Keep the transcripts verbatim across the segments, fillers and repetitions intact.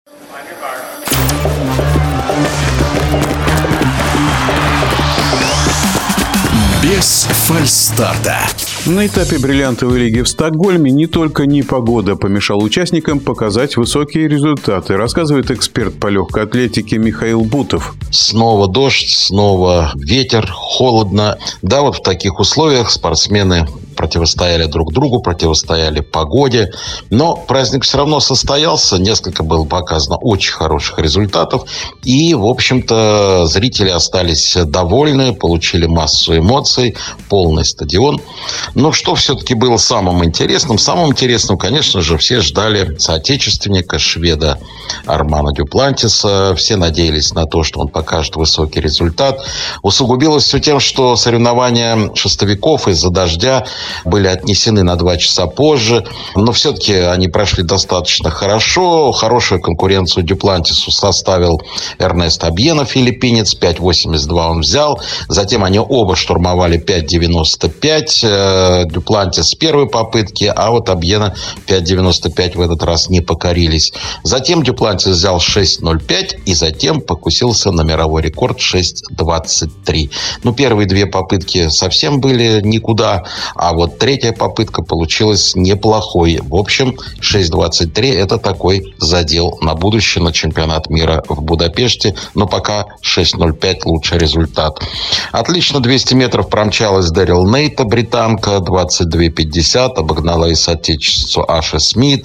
Без фальстарта. На этапе бриллиантовой лиги в Стокгольме не только непогода помешала участникам показать высокие результаты, рассказывает эксперт по легкой атлетике Михаил Бутов. Снова дождь, снова ветер, холодно. Да, вот в таких условиях спортсмены противостояли друг другу, противостояли погоде. Но праздник все равно состоялся. Несколько было показано очень хороших результатов. И, в общем-то, зрители остались довольны, получили массу эмоций, полный стадион. Но что все-таки было самым интересным? Самым интересным, конечно же, все ждали соотечественника, шведа Армана Дюплантиса. Все надеялись на то, что он покажет высокий результат. Усугубилось все тем, что соревнования шестовиков из-за дождя были отнесены на два часа позже. Но все-таки они прошли достаточно хорошо. Хорошую конкуренцию Дюплантису составил Эрнест Абьена, филиппинец. пять восемьдесят два он взял. Затем они оба штурмовали пять девяносто пять. Дюплантис с первой попытки, а вот Абьена пять девяносто пять в этот раз не покорились. Затем Дюплантис взял шесть ноль пять и затем покусился на мировой рекорд шесть двадцать три. Ну, первые две попытки совсем были никуда, а вот третья попытка получилась неплохой. В общем, шесть двадцать три – это такой задел на будущее, на чемпионат мира в Будапеште. Но пока шесть ноль пять лучший результат. Отлично двести метров промчалась Дэрил Нейта, британка, двадцать два пятьдесят. Обогнала и соотечественницу Аши Смит,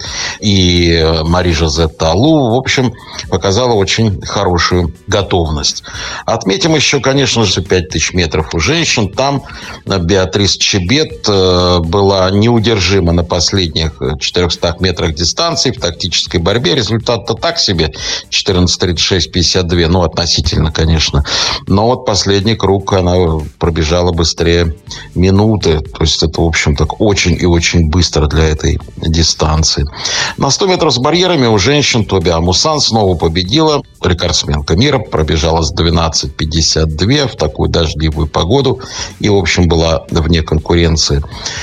и Мари Жозе Талу. В общем, показала очень хорошую готовность. Отметим еще, конечно же, пять тысяч метров у женщин. Там Беатрис Чебет была неудержима на последних четырехстах метрах дистанции в тактической борьбе. Результат-то так себе. четырнадцать тридцать шесть пятьдесят два. Ну, относительно, конечно. Но вот последний круг она пробежала быстрее минуты. То есть это, в общем, так очень и очень быстро для этой дистанции. На сто метров с барьерами у женщин Тоби Амусан снова победила. Рекордсменка мира пробежала с двенадцать пятьдесят два в такую дождливую погоду. И, в общем, была вне конкуренции.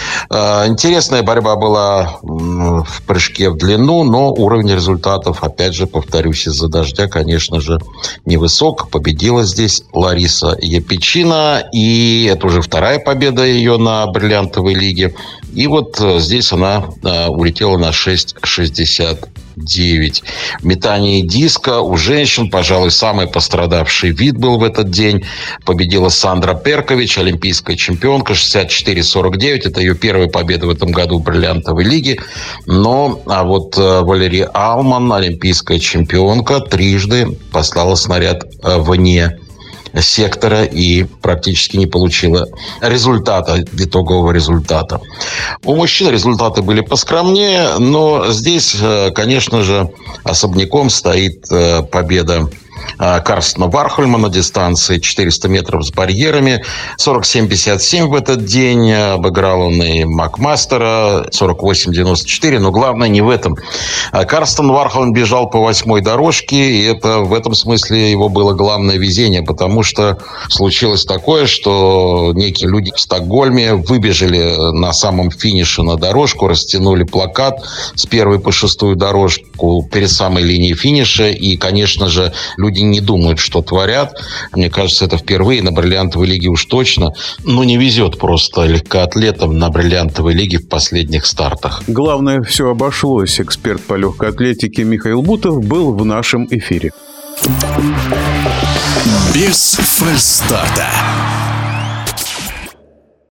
Интересная борьба была в прыжке в длину, но уровень результатов, опять же, повторюсь, из-за дождя, конечно же, невысок. Победила здесь Лариса Япичина. И это уже вторая победа ее на бриллиантовой лиге. И вот здесь она улетела на шесть шестьдесят девять. Метание диска у женщин, пожалуй, самый пострадавший вид был в этот день. Победила Сандра Перкович, олимпийская чемпионка, шестьдесят четыре сорок девять. Это ее первая победа в этом году в бриллиантовой лиге. Но а вот Валерия Алман, олимпийская чемпионка, трижды послала снаряд вне сектора и практически не получила результата, итогового результата. У мужчин результаты были поскромнее, но здесь, конечно же, особняком стоит победа Карстена Вархольма на дистанции четыреста метров с барьерами. сорок семь пятьдесят семь в этот день. Обыграл он и Макмастера. сорок восемь девяносто четыре. Но главное не в этом. Карстен Вархольм бежал по восьмой дорожке. И это в этом смысле его было главное везение. Потому что случилось такое, что некие люди в Стокгольме выбежали на самом финише на дорожку, растянули плакат с первой по шестую дорожку перед самой линией финиша. И, конечно же, люди не думают, что творят. Мне кажется, это впервые на бриллиантовой лиге уж точно. Но не везет просто легкоатлетам на бриллиантовой лиге в последних стартах. Главное, все обошлось. Эксперт по легкой атлетике Михаил Бутов был в нашем эфире. Без фальстарта.